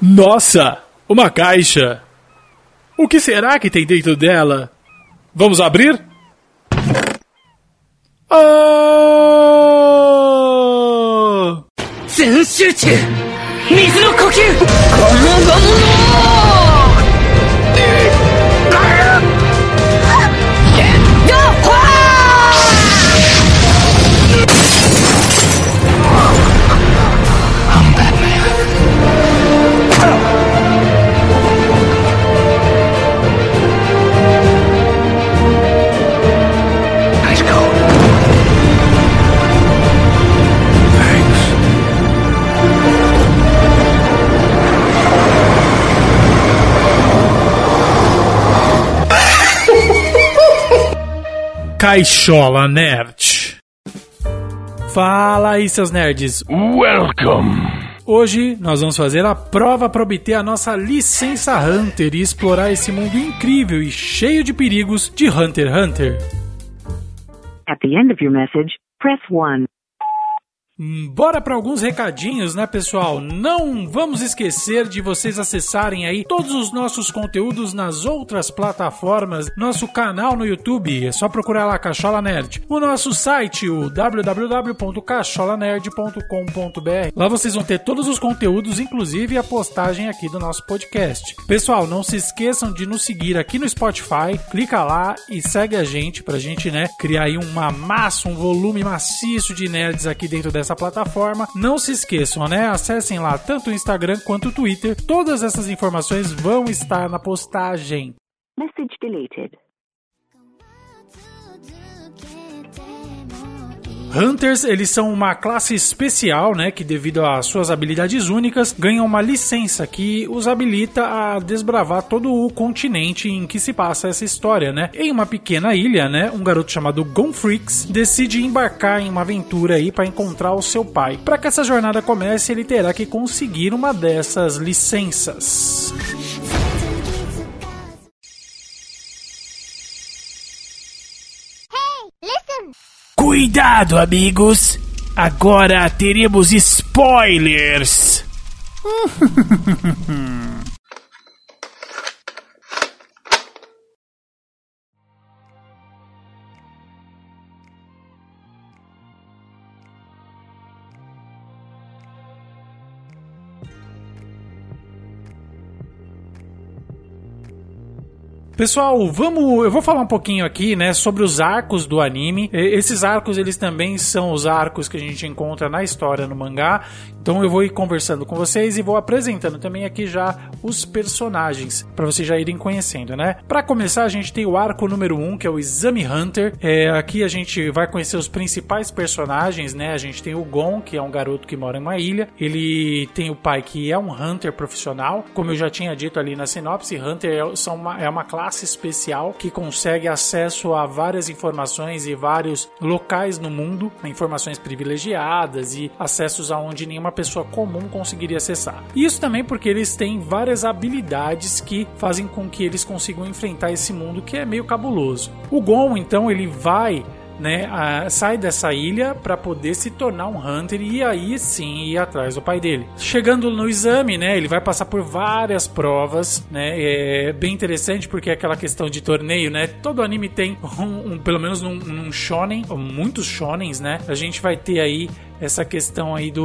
Nossa! Uma caixa! O que será que tem dentro dela? Vamos abrir? Oh! 全集中水の呼吸ゴムゴムの Caixola Nerd. Fala aí, seus nerds. Welcome. Hoje nós vamos fazer a prova para obter a nossa licença Hunter e explorar esse mundo incrível e cheio de perigos de Hunter x Hunter. At the end of your message, press 1. Bora para alguns recadinhos, né, pessoal? Não vamos esquecer de vocês acessarem aí todos os nossos conteúdos nas outras plataformas, nosso canal no YouTube, é só procurar lá Caixola Nerd. O nosso site, o www.caixolanerd.com.br. Lá vocês vão ter todos os conteúdos, inclusive a postagem aqui do nosso podcast. Pessoal, não se esqueçam de nos seguir aqui no Spotify, clica lá e segue a gente pra gente, né, criar aí um volume maciço de nerds aqui dentro dessa plataforma. Não se esqueçam, né? Acessem lá tanto o Instagram quanto o Twitter. Todas essas informações vão estar na postagem. Message deleted. Hunters, eles são uma classe especial, né, que devido às suas habilidades únicas, ganham uma licença que os habilita a desbravar todo o continente em que se passa essa história, né. Em uma pequena ilha, né, um garoto chamado Gonfrix decide embarcar em uma aventura aí para encontrar o seu pai. Para que essa jornada comece, ele terá que conseguir uma dessas licenças. Cuidado, amigos! Agora teremos spoilers! Pessoal, eu vou falar um pouquinho aqui, né, sobre os arcos do anime. Esses arcos, eles também são os arcos que a gente encontra na história no mangá. Então eu vou ir conversando com vocês e vou apresentando também aqui já os personagens, para vocês já irem conhecendo, né? Para começar, a gente tem o arco número 1, que é o Exame Hunter. Aqui a gente vai conhecer os principais personagens, né? A gente tem o Gon, que é um garoto que mora em uma ilha. Ele tem o pai, que é um Hunter profissional. Como eu já tinha dito ali na sinopse, Hunter é uma classe especial que consegue acesso a várias informações e vários locais no mundo, informações privilegiadas e acessos aonde nenhuma pessoa comum conseguiria acessar. Isso também porque eles têm várias habilidades que fazem com que eles consigam enfrentar esse mundo que é meio cabuloso. O Gon, então, ele vai, né, sai dessa ilha para poder se tornar um Hunter e aí sim ir atrás do pai dele. Chegando no exame, né, ele vai passar por várias provas, né, é bem interessante porque é aquela questão de torneio, né, todo anime tem pelo menos num shonen, muitos shonens, né, a gente vai ter aí essa questão aí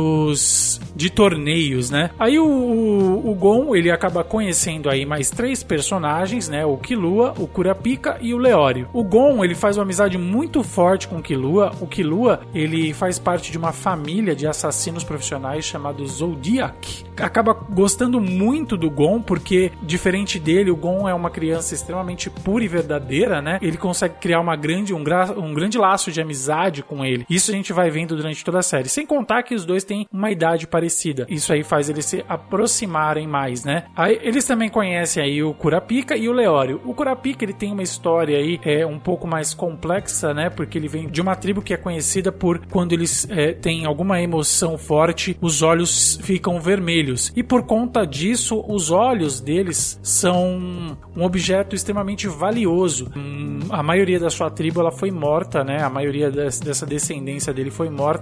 de torneios, né? Aí o Gon, ele acaba conhecendo aí mais 3 personagens, né? O Killua, o Kurapika e o Leório. O Gon, ele faz uma amizade muito forte com o Killua. O Killua, ele faz parte de uma família de assassinos profissionais chamados Zodiac. Acaba gostando muito do Gon, porque diferente dele, o Gon é uma criança extremamente pura e verdadeira, né? Ele consegue criar um grande laço de amizade com ele. Isso a gente vai vendo durante toda a série. Sem contar que os dois têm uma idade parecida. Isso aí faz eles se aproximarem mais, né? Aí, eles também conhecem aí o Kurapika e o Leório. O Kurapika, ele tem uma história aí um pouco mais complexa, né? Porque ele vem de uma tribo que é conhecida por quando eles têm alguma emoção forte, os olhos ficam vermelhos. E por conta disso, os olhos deles são um objeto extremamente valioso. A maioria da sua tribo, ela foi morta, né? A maioria dessa descendência dele foi morta, que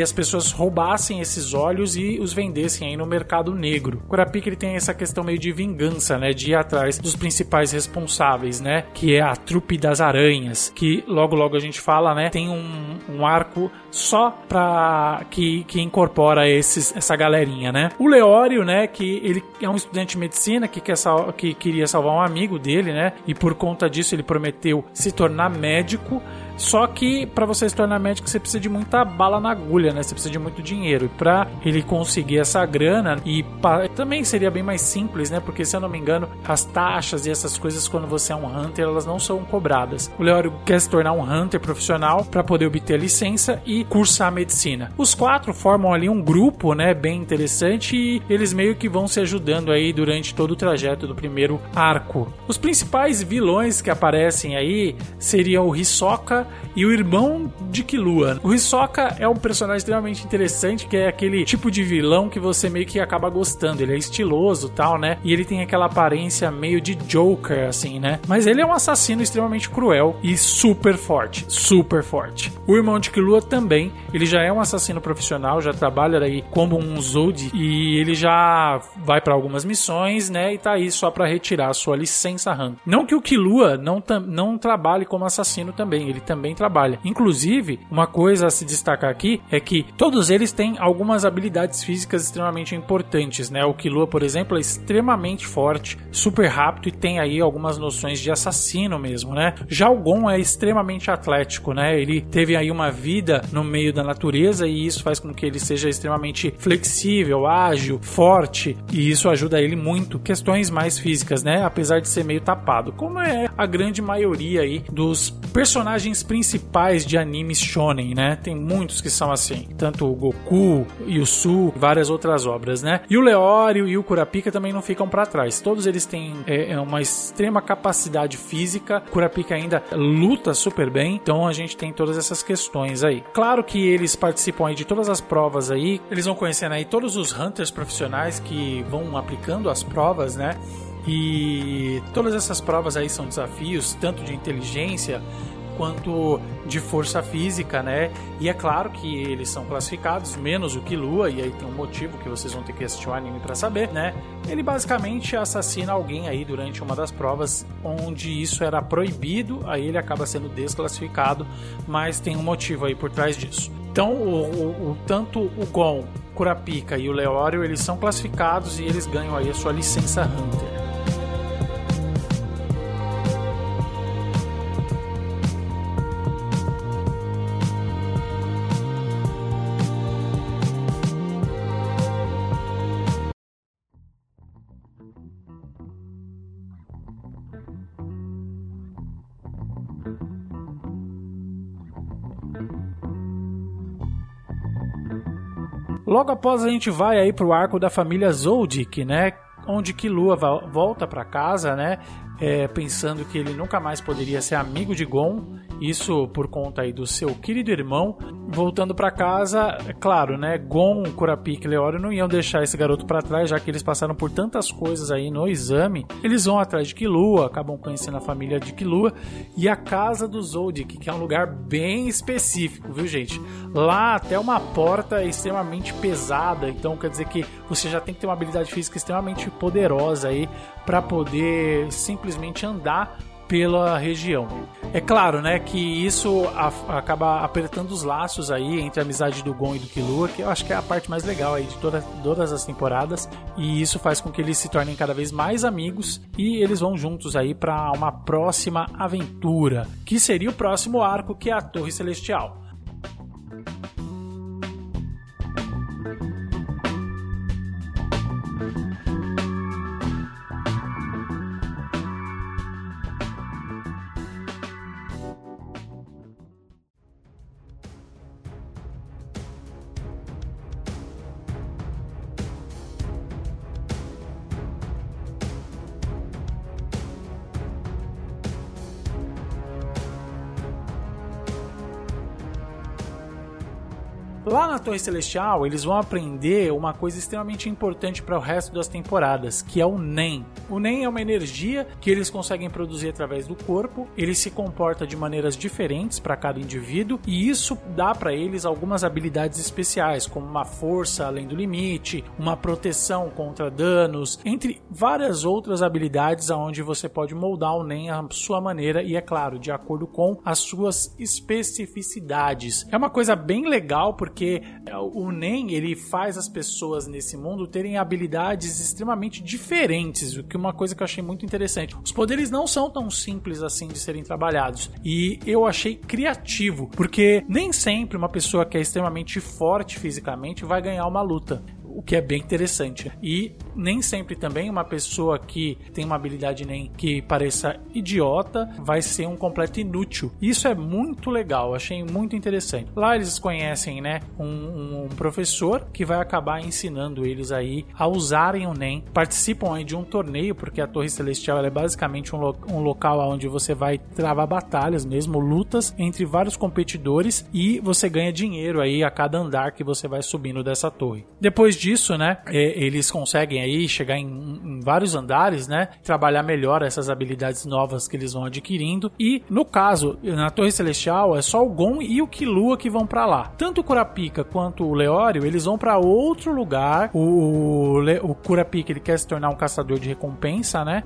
as pessoas roubassem esses olhos e os vendessem aí no mercado negro. O Kurapika, ele tem essa questão meio de vingança, né, de ir atrás dos principais responsáveis, né, que é a trupe das aranhas, que logo a gente fala, né, tem um arco só pra que incorpora essa galerinha, né. O Leório, né, que ele é um estudante de medicina que queria salvar um amigo dele, né, e por conta disso ele prometeu se tornar médico. Só que para você se tornar médico você precisa de muita bala na agulha, né? Você precisa de muito dinheiro. E para ele conseguir essa grana, também seria bem mais simples, né? Porque, se eu não me engano, as taxas e essas coisas, quando você é um hunter, elas não são cobradas. O Leório quer se tornar um hunter profissional para poder obter a licença e cursar medicina. Os 4 formam ali um grupo, né? Bem interessante, e eles meio que vão se ajudando aí durante todo o trajeto do primeiro arco. Os principais vilões que aparecem aí seriam o Hisoka e o irmão de Killua. O Hisoka é um personagem extremamente interessante, que é aquele tipo de vilão que você meio que acaba gostando. Ele é estiloso e tal, né? E ele tem aquela aparência meio de Joker, assim, né? Mas ele é um assassino extremamente cruel e super forte. Super forte. O irmão de Killua também. Ele já é um assassino profissional, já trabalha aí como um Zold, e ele já vai para algumas missões, né? E tá aí só para retirar a sua licença Hunter. Não que o Killua não trabalhe como assassino também. Ele também trabalha. Inclusive, uma coisa a se destacar aqui é que todos eles têm algumas habilidades físicas extremamente importantes, né? O Killua, por exemplo, é extremamente forte, super rápido e tem aí algumas noções de assassino mesmo, né? Já o Gon é extremamente atlético, né? Ele teve aí uma vida no meio da natureza e isso faz com que ele seja extremamente flexível, ágil, forte, e isso ajuda ele muito. Questões mais físicas, né? Apesar de ser meio tapado, como é a grande maioria aí dos personagens principais de animes shonen, né? Tem muitos que são assim, tanto o Goku, Yusu, várias outras obras, né? E o Leório e o Kurapika também não ficam para trás. Todos eles têm uma extrema capacidade física. O Kurapika ainda luta super bem, então a gente tem todas essas questões aí. Claro que eles participam aí de todas as provas aí, eles vão conhecendo aí todos os hunters profissionais que vão aplicando as provas, né? E todas essas provas aí são desafios, tanto de inteligência quanto de força física, né? E é claro que eles são classificados, menos o Killua, e aí tem um motivo que vocês vão ter que assistir o anime pra saber, né? Ele basicamente assassina alguém aí durante uma das provas onde isso era proibido, aí ele acaba sendo desclassificado, mas tem um motivo aí por trás disso. Então, tanto o Gon, o Kurapika e o Leório, eles são classificados e eles ganham aí a sua licença Hunter. Logo após a gente vai aí pro arco da família Zoldyck, né? Onde Killua volta para casa, né? Pensando que ele nunca mais poderia ser amigo de Gon, isso por conta aí do seu querido irmão. Voltando para casa, é claro, né? Gon, Kurapika e Leório não iam deixar esse garoto para trás, já que eles passaram por tantas coisas aí no exame. Eles vão atrás de Killua, acabam conhecendo a família de Killua e a casa do Zoldyck, que é um lugar bem específico, viu, gente? Lá até uma porta extremamente pesada, então quer dizer que você já tem que ter uma habilidade física extremamente poderosa aí para poder simplesmente andar pela região. É claro, né, que isso acaba apertando os laços aí entre a amizade do Gon e do Killua, que eu acho que é a parte mais legal aí de todas as temporadas, e isso faz com que eles se tornem cada vez mais amigos e eles vão juntos aí para uma próxima aventura, que seria o próximo arco, que é a Torre Celestial. Lá na Torre Celestial, eles vão aprender uma coisa extremamente importante para o resto das temporadas, que é o Nen. O Nen é uma energia que eles conseguem produzir através do corpo, ele se comporta de maneiras diferentes para cada indivíduo, e isso dá para eles algumas habilidades especiais, como uma força além do limite, uma proteção contra danos, entre várias outras habilidades onde você pode moldar o Nen à sua maneira e, é claro, de acordo com as suas especificidades. É uma coisa bem legal porque o Nen, ele faz as pessoas nesse mundo terem habilidades extremamente diferentes, o que é uma coisa que eu achei muito interessante. Os poderes não são tão simples assim de serem trabalhados, e eu achei criativo, porque nem sempre uma pessoa que é extremamente forte fisicamente vai ganhar uma luta, o que é bem interessante. E nem sempre também uma pessoa que tem uma habilidade nem que pareça idiota vai ser um completo inútil. Isso é muito legal, achei muito interessante. Lá eles conhecem, né, um professor que vai acabar ensinando eles aí a usarem o Nen. Participam aí de um torneio, porque a Torre Celestial ela é basicamente um local onde você vai travar batalhas mesmo, lutas entre vários competidores, e você ganha dinheiro aí a cada andar que você vai subindo dessa torre. Depois disso, né, eles conseguem aí chegar em vários andares, né, trabalhar melhor essas habilidades novas que eles vão adquirindo. E no caso, na Torre Celestial é só o Gon e o Killua que vão pra lá. Tanto o Kurapika quanto o Leório, eles vão pra outro lugar. O Kurapika, ele quer se tornar um caçador de recompensa, né,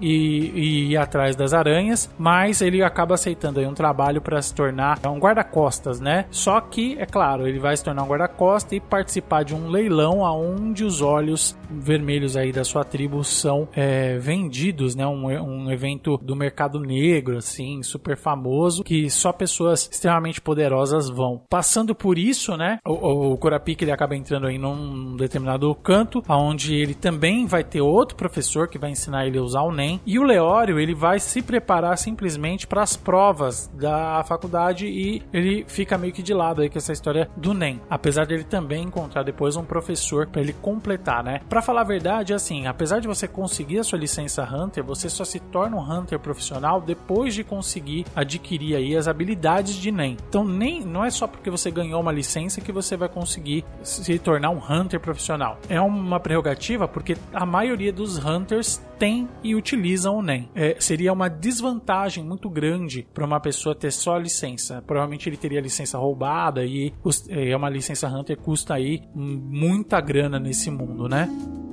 e ir atrás das aranhas, mas ele acaba aceitando aí um trabalho para se tornar um guarda-costas, né. Só que, é claro, ele vai se tornar um guarda-costas e participar de um leilão onde os olhos vermelhos aí da sua tribo são vendidos, né? Um evento do mercado negro, assim, super famoso, que só pessoas extremamente poderosas vão. Passando por isso, né? O Kurapika, ele acaba entrando aí num determinado canto, onde ele também vai ter outro professor que vai ensinar ele a usar o Nen, e o Leório, ele vai se preparar simplesmente para as provas da faculdade, e ele fica meio que de lado aí com essa história do Nen, apesar de ele também encontrar depois um professor para ele completar, né? Pra falar a verdade, assim, apesar de você conseguir a sua licença Hunter, você só se torna um Hunter profissional depois de conseguir adquirir aí as habilidades de Nen. Então, não é só porque você ganhou uma licença que você vai conseguir se tornar um Hunter profissional. É uma prerrogativa porque a maioria dos Hunters tem e utilizam o Nen. Seria uma desvantagem muito grande para uma pessoa ter só a licença. Provavelmente ele teria a licença roubada, e uma licença Hunter custa aí muita grana nesse mundo, né?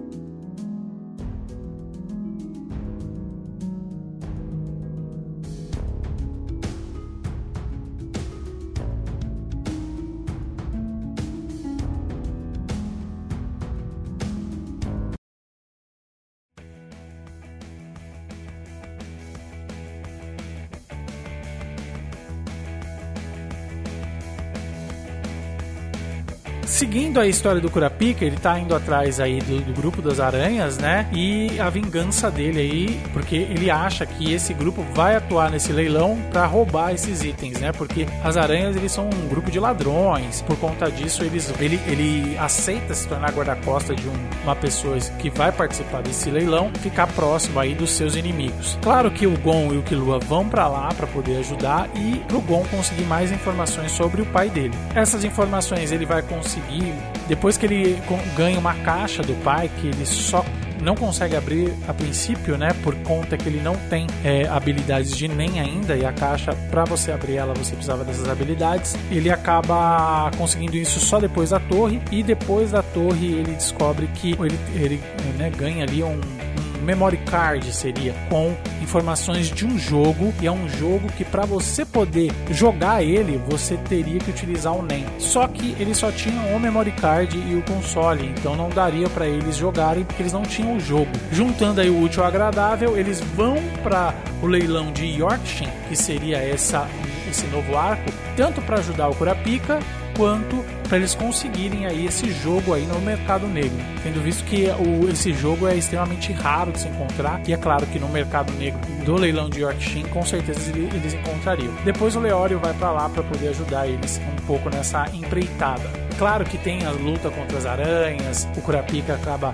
Seguindo a história do Kurapika, ele tá indo atrás aí do grupo das aranhas, né? E a vingança dele aí, porque ele acha que esse grupo vai atuar nesse leilão pra roubar esses itens, né? Porque as aranhas, eles são um grupo de ladrões. Por conta disso, ele aceita se tornar guarda-costas de uma pessoa que vai participar desse leilão, ficar próximo aí dos seus inimigos. Claro que o Gon e o Killua vão pra lá pra poder ajudar, e pro Gon conseguir mais informações sobre o pai dele. Essas informações ele vai conseguir depois que ele ganha uma caixa do pai, que ele só não consegue abrir a princípio, né, por conta que ele não tem habilidades de Nen ainda, e a caixa, para você abrir ela, você precisava dessas habilidades. Ele acaba conseguindo isso só depois da torre, e depois da torre ele descobre que ele né, ganha ali um memory card, seria, com informações de um jogo, e é um jogo que para você poder jogar ele, você teria que utilizar o Nen. Só que eles só tinham o memory card e o console, então não daria para eles jogarem porque eles não tinham o jogo. Juntando aí o útil ao agradável, eles vão para o leilão de Yorkshire, que seria esse novo arco, tanto para ajudar o Kurapika quanto para eles conseguirem aí esse jogo aí no mercado negro, tendo visto que esse jogo é extremamente raro de se encontrar, e é claro que no mercado negro do leilão de Yorkshire com certeza eles encontrariam. Depois o Leório vai para lá para poder ajudar eles um pouco nessa empreitada. Claro que tem a luta contra as aranhas, o Kurapika acaba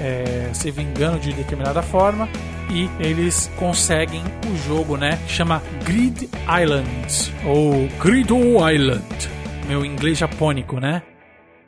se vingando de determinada forma, e eles conseguem o jogo, né, que chama Grid Island, ou Grido Island, meu inglês japônico, né?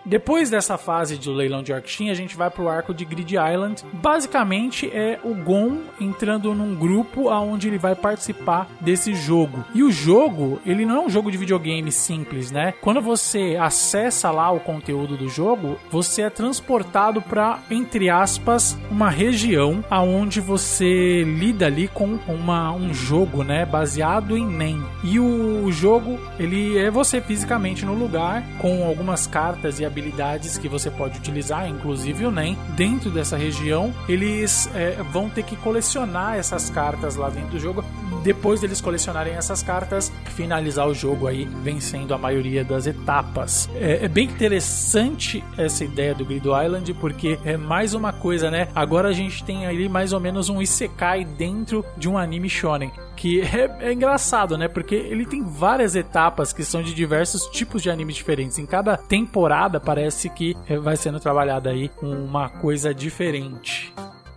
Depois dessa fase do leilão de Arc-Shin, a gente vai pro arco de Grid Island. Basicamente é o Gon entrando num grupo onde ele vai participar desse jogo. E o jogo, ele não é um jogo de videogame simples, né? Quando você acessa lá o conteúdo do jogo, você é transportado para, entre aspas, uma região aonde você lida ali com um jogo, né? Baseado em Nen. E o jogo, ele é você fisicamente no lugar, com algumas cartas e habilidades que você pode utilizar, inclusive o Nen. Dentro dessa região, eles vão ter que colecionar essas cartas lá dentro do jogo. Depois deles colecionarem essas cartas, finalizar o jogo aí, vencendo a maioria das etapas. É bem interessante essa ideia do Grid Island, porque é mais uma coisa, né? Agora a gente tem ali mais ou menos um isekai dentro de um anime shonen. Que é engraçado, né? Porque ele tem várias etapas que são de diversos tipos de animes diferentes. Em cada temporada parece que vai sendo trabalhada aí uma coisa diferente.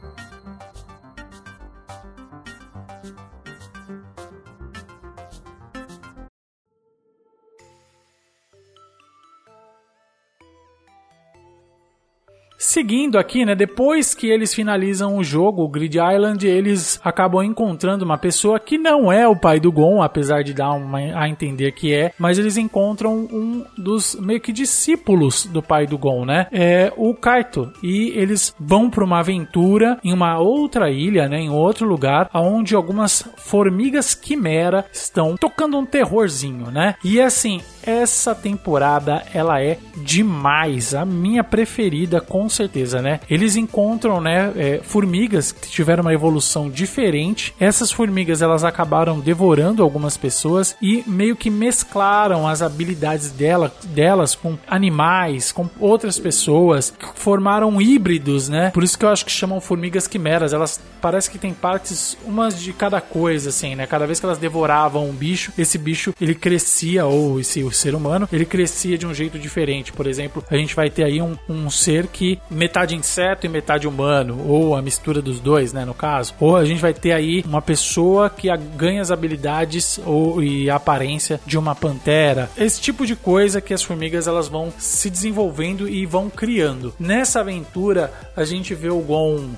Seguindo aqui, né, depois que eles finalizam o jogo, o Grid Island, eles acabam encontrando uma pessoa que não é o pai do Gon, apesar de dar a entender que é, mas eles encontram um dos meio que discípulos do pai do Gon, né, é o Kaito, e eles vão para uma aventura em uma outra ilha, né, em outro lugar, onde algumas formigas quimera estão tocando um terrorzinho, né, e assim, essa temporada, ela é demais, a minha preferida, com certeza, né? Eles encontram, né, formigas que tiveram uma evolução diferente. Essas formigas, elas acabaram devorando algumas pessoas e meio que mesclaram as habilidades delas com animais, com outras pessoas, formaram híbridos, né? Por isso que eu acho que chamam formigas quimeras. Elas parece que tem partes, umas de cada coisa, assim, né? Cada vez que elas devoravam um bicho, esse bicho, ele crescia, ou o ser humano, ele crescia de um jeito diferente. Por exemplo, a gente vai ter aí um ser que metade inseto e metade humano, ou a mistura dos dois, né, no caso. Ou a gente vai ter aí uma pessoa que ganha as habilidades e a aparência de uma pantera. Esse tipo de coisa que as formigas, elas vão se desenvolvendo e vão criando. Nessa aventura, a gente vê o Gon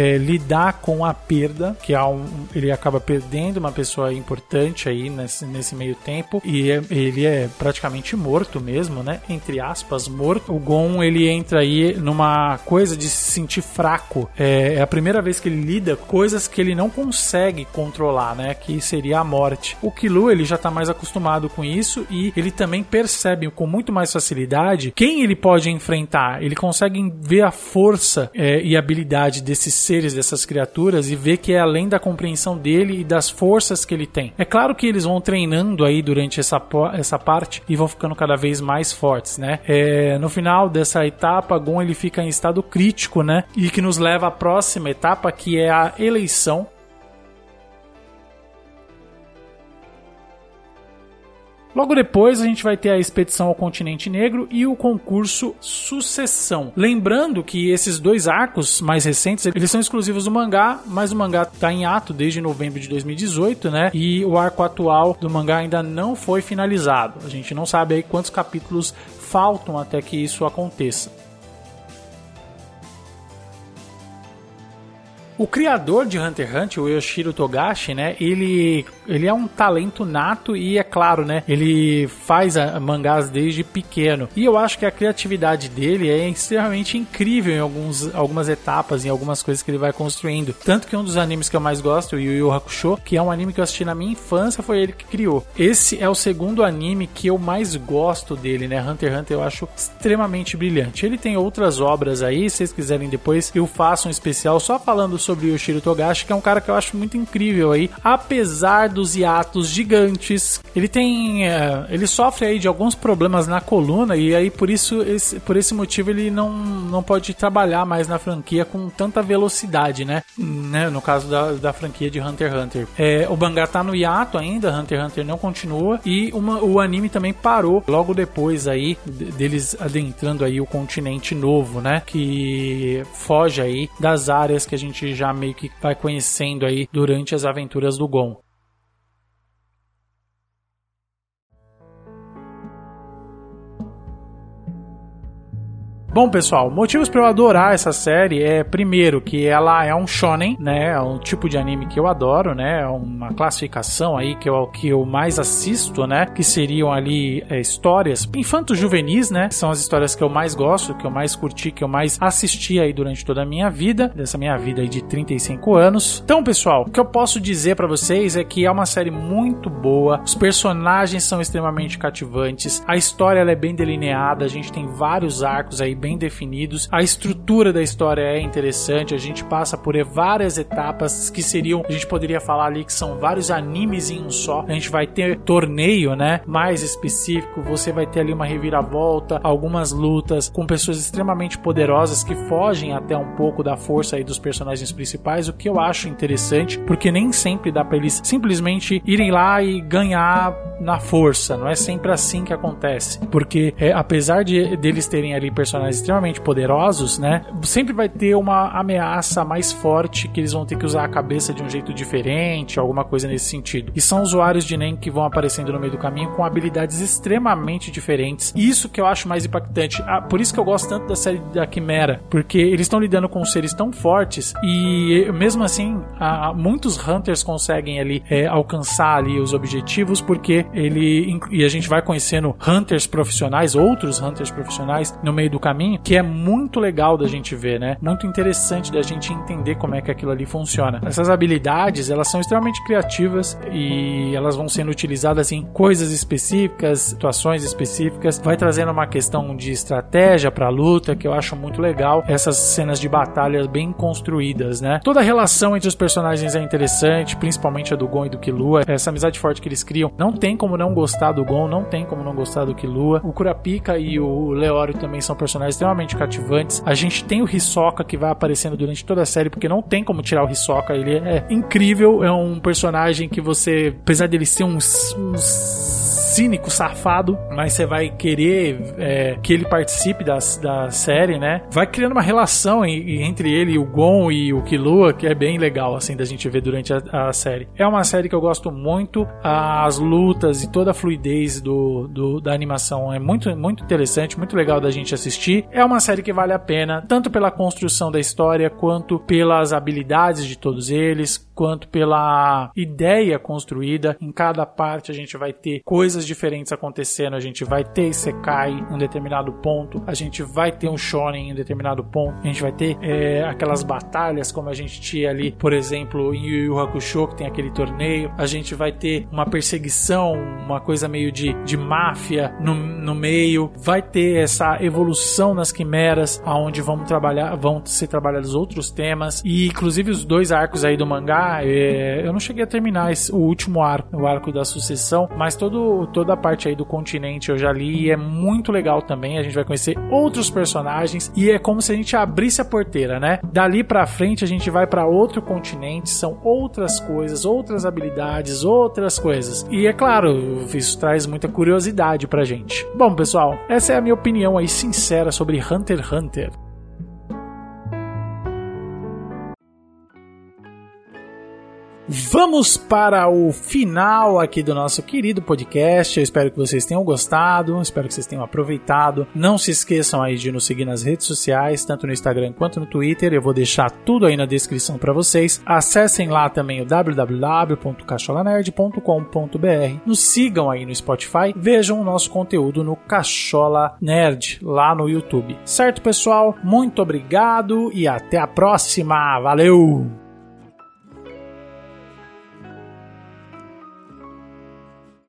lidar com a perda, que ele acaba perdendo uma pessoa importante aí nesse meio tempo, e ele é praticamente morto mesmo, né, entre aspas, morto. O Gon, ele entra aí numa coisa de se sentir fraco. É a primeira vez que ele lida com coisas que ele não consegue controlar, né, que seria a morte. O Killua, ele já tá mais acostumado com isso e ele também percebe com muito mais facilidade quem ele pode enfrentar. Ele consegue ver a força e habilidade desses seres, dessas criaturas, e ver que é além da compreensão dele e das forças que ele tem. É claro que eles vão treinando aí durante essa parte e vão ficando cada vez mais fortes, né? No final dessa etapa, Gon, ele fica em estado crítico, né? E que nos leva à próxima etapa, que é a eleição. Logo depois a gente vai ter a expedição ao Continente Negro e o concurso Sucessão. Lembrando que esses dois arcos mais recentes, eles são exclusivos do mangá, mas o mangá está em ato desde novembro de 2018, né? E o arco atual do mangá ainda não foi finalizado. A gente não sabe aí quantos capítulos faltam até que isso aconteça. O criador de Hunter x Hunter, o Yoshiro Togashi, né, ele é um talento nato e, é claro, né, ele faz mangás desde pequeno. E eu acho que a criatividade dele é extremamente incrível em algumas etapas, em algumas coisas que ele vai construindo. Tanto que um dos animes que eu mais gosto, o Yu Yu Hakusho, que é um anime que eu assisti na minha infância, foi ele que criou. Esse é o segundo anime que eu mais gosto dele, né, Hunter x Hunter, eu acho extremamente brilhante. Ele tem outras obras aí, se vocês quiserem depois, eu faço um especial só falando sobre o Yoshiro Togashi, que é um cara que eu acho muito incrível aí, apesar dos hiatos gigantes. Ele sofre aí de alguns problemas na coluna e aí por esse motivo ele não pode trabalhar mais na franquia com tanta velocidade, né? No caso da franquia de Hunter x Hunter. O mangá tá no hiato ainda, Hunter x Hunter não continua e o anime também parou logo depois aí deles adentrando aí o continente novo, né? Que foge aí das áreas que a gente já meio que vai conhecendo aí durante as aventuras do Gon. Bom, pessoal, motivos pra eu adorar essa série é, primeiro, que ela é um shonen, né? É um tipo de anime que eu adoro, né? É uma classificação aí que eu mais assisto, né? Que seriam ali histórias infanto-juvenis, né? Que são as histórias que eu mais gosto, que eu mais curti, que eu mais assisti aí durante toda a minha vida, dessa minha vida aí de 35 anos. Então, pessoal, o que eu posso dizer pra vocês é que é uma série muito boa, os personagens são extremamente cativantes, a história ela é bem delineada, a gente tem vários arcos aí bem definidos, a estrutura da história é interessante, a gente passa por várias etapas que seriam, a gente poderia falar ali que são vários animes em um só. A gente vai ter torneio, né, mais específico, você vai ter ali uma reviravolta, algumas lutas com pessoas extremamente poderosas que fogem até um pouco da força aí dos personagens principais, o que eu acho interessante, porque nem sempre dá pra eles simplesmente irem lá e ganhar na força, não é sempre assim que acontece, porque apesar deles terem ali personagens extremamente poderosos, né, sempre vai ter uma ameaça mais forte que eles vão ter que usar a cabeça de um jeito diferente, alguma coisa nesse sentido. E são usuários de Nen que vão aparecendo no meio do caminho com habilidades extremamente diferentes. E isso que eu acho mais impactante. Por isso que eu gosto tanto da série da Quimera, porque eles estão lidando com seres tão fortes e mesmo assim muitos Hunters conseguem ali alcançar ali os objetivos, porque e a gente vai conhecendo Hunters profissionais, outros Hunters profissionais no meio do caminho, que é muito legal da gente ver, né? Muito interessante da gente entender como é que aquilo ali funciona. Essas habilidades, elas são extremamente criativas e elas vão sendo utilizadas em coisas específicas, situações específicas, vai trazendo uma questão de estratégia pra luta, que eu acho muito legal, essas cenas de batalha bem construídas, né? Toda a relação entre os personagens é interessante, principalmente a do Gon e do Killua, essa amizade forte que eles criam, não tem como não gostar do Gon, não tem como não gostar do Killua. O Kurapika e o Leório também são personagens extremamente cativantes. A gente tem o Hisoka que vai aparecendo durante toda a série, porque não tem como tirar o Hisoka, ele é incrível, é um personagem que você, apesar dele ser um cínico, safado, mas você vai querer que ele participe da série, né? Vai criando uma relação entre ele, o Gon e o Killua, que é bem legal, assim, da gente ver durante a série. É uma série que eu gosto muito, as lutas e toda a fluidez da animação é muito, muito interessante, muito legal da gente assistir. É uma série que vale a pena, tanto pela construção da história, quanto pelas habilidades de todos eles, quanto pela ideia construída. Em cada parte a gente vai ter coisas diferentes acontecendo, a gente vai ter Isekai em um determinado ponto, a gente vai ter um Shonen em um determinado ponto, a gente vai ter aquelas batalhas como a gente tinha ali, por exemplo, em Yu Yu Hakusho, que tem aquele torneio, a gente vai ter uma perseguição, uma coisa meio de máfia no meio, vai ter essa evolução nas quimeras, onde vão ser trabalhados outros temas, e inclusive os 2 arcos aí do mangá, eu não cheguei a terminar o último arco, o arco da sucessão, mas toda a parte aí do continente eu já li e é muito legal também. A gente vai conhecer outros personagens e é como se a gente abrisse a porteira, né? Dali pra frente a gente vai pra outro continente, são outras coisas, outras habilidades, outras coisas. E é claro, isso traz muita curiosidade pra gente. Bom, pessoal, essa é a minha opinião aí sincera sobre Hunter x Hunter. Vamos para o final aqui do nosso querido podcast. Eu espero que vocês tenham gostado, espero que vocês tenham aproveitado. Não se esqueçam aí de nos seguir nas redes sociais, tanto no Instagram quanto no Twitter. Eu vou deixar tudo aí na descrição para vocês. Acessem lá também o www.cacholanerd.com.br. Nos sigam aí no Spotify, vejam o nosso conteúdo no Cachola Nerd, lá no YouTube. Certo, pessoal? Muito obrigado e até a próxima. Valeu!